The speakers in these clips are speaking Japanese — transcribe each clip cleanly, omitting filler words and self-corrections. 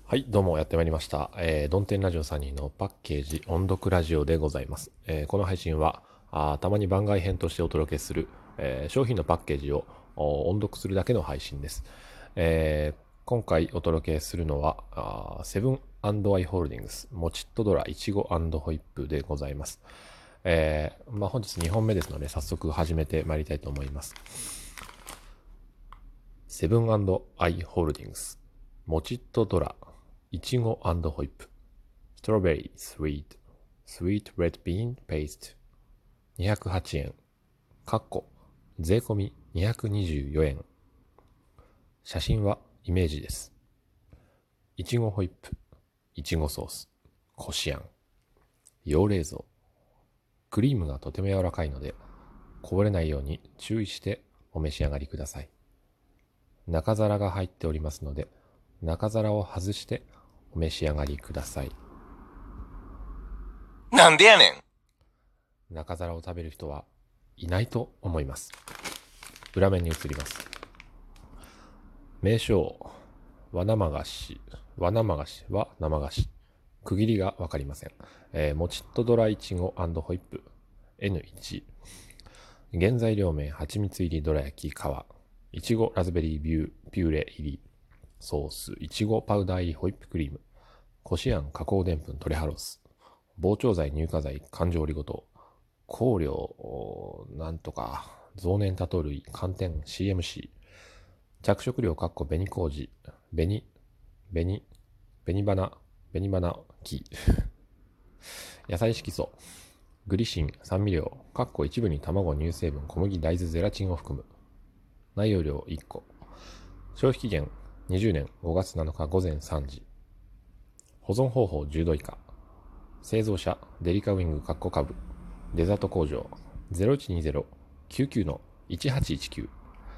はい、どうもやってまいりました。ドンテンラジオサニーのパッケージ音読ラジオでございます。この配信はたまに番外編としてお届けする、商品のパッケージを音読するだけの配信です。今回お届けするのはセブンアイ・ホールディングスもちっとドラいちごホイップでございます。本日2本目ですので早速始めてまいりたいと思います。セブンアイ・ホールディングスもちっとドラいちごホイップストロベリースイートレッドビーンペースト208円税込み224円。写真はイメージです。いちごホイップ、いちごソース、こしあん、用冷蔵。クリームがとても柔らかいのでこぼれないように注意してお召し上がりください。中皿が入っておりますので中皿を外してお召し上がりください。 なんでやねん。 中皿を食べる人はいないと思います。裏面に移ります。名称和生菓子は生菓子。区切りがわかりません。もちっとドラいちごホイップ N1。原材料名蜂蜜入りどら焼き皮、いちごラズベリーピューレ入りソース、いちごパウダー入りホイップクリーム、こしあん加工でんぷんトレハロス、膨張剤乳化剤環状オリゴ糖、香料なんとか増粘多糖類寒天 CMC、 着色料紅麹紅紅紅花木野菜色素グリシン酸味料一部に卵乳成分小麦大豆ゼラチンを含む。内容量1個。消費期限20年5月7日午前3時。保存方法10度以下。製造者デリカウィング株デザート工場0120-99-1819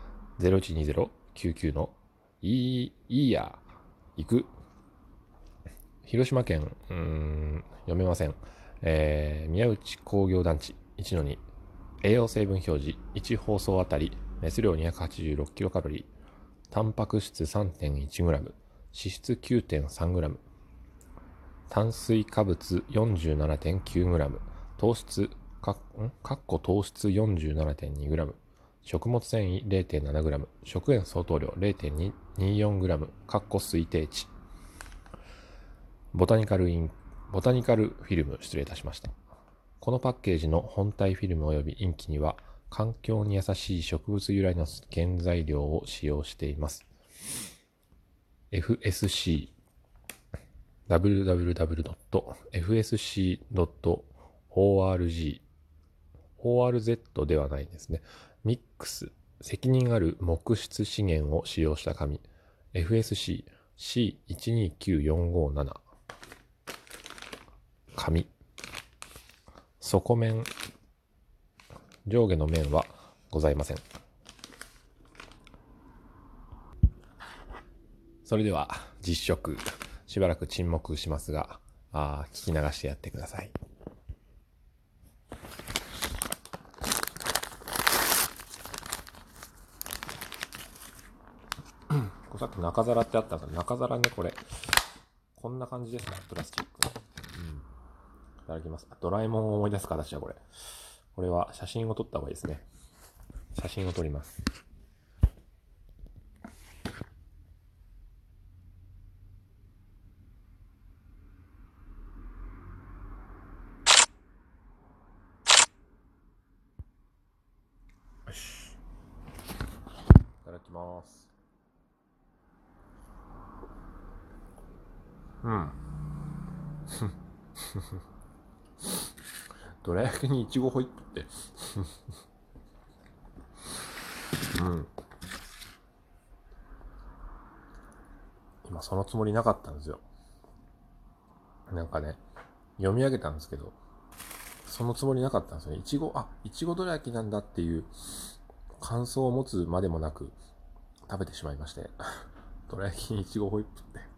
0120-99-いい行く。広島県読めません。宮内工業団地 1-2。 栄養成分表示1包装あたり熱量 286kcal、 タンパク質 3.1g、 脂質 9.3g、 炭水化物 47.9g、 糖質糖質 47.2g、 食物繊維 0.7g、 食塩相当量 0.24g 推定値。ボタニカルフィルム失礼いたしました。このパッケージの本体フィルム及びインキには環境に優しい植物由来の原材料を使用しています。 FSC www.fsc.org ORZ ではないですね。ミックス責任ある木質資源を使用した紙 FSC C129457。紙底面上下の面はございません。それでは実食しばらく沈黙しますが聞き流してやってください。さっき中皿ってあったんですけど、中皿ね、これこんな感じですね。プラスチックの、いただきます。ドラえもんを思い出す形はこれは写真を撮った方がいいですね。写真を撮ります。よし、いただきます。どら焼きにいちごホイップって今そのつもりなかったんですよ。なんかね、読み上げたんですけど、そのつもりなかったんですよね。いちごどら焼きなんだっていう感想を持つまでもなく食べてしまいまして。どら焼きにいちごホイップって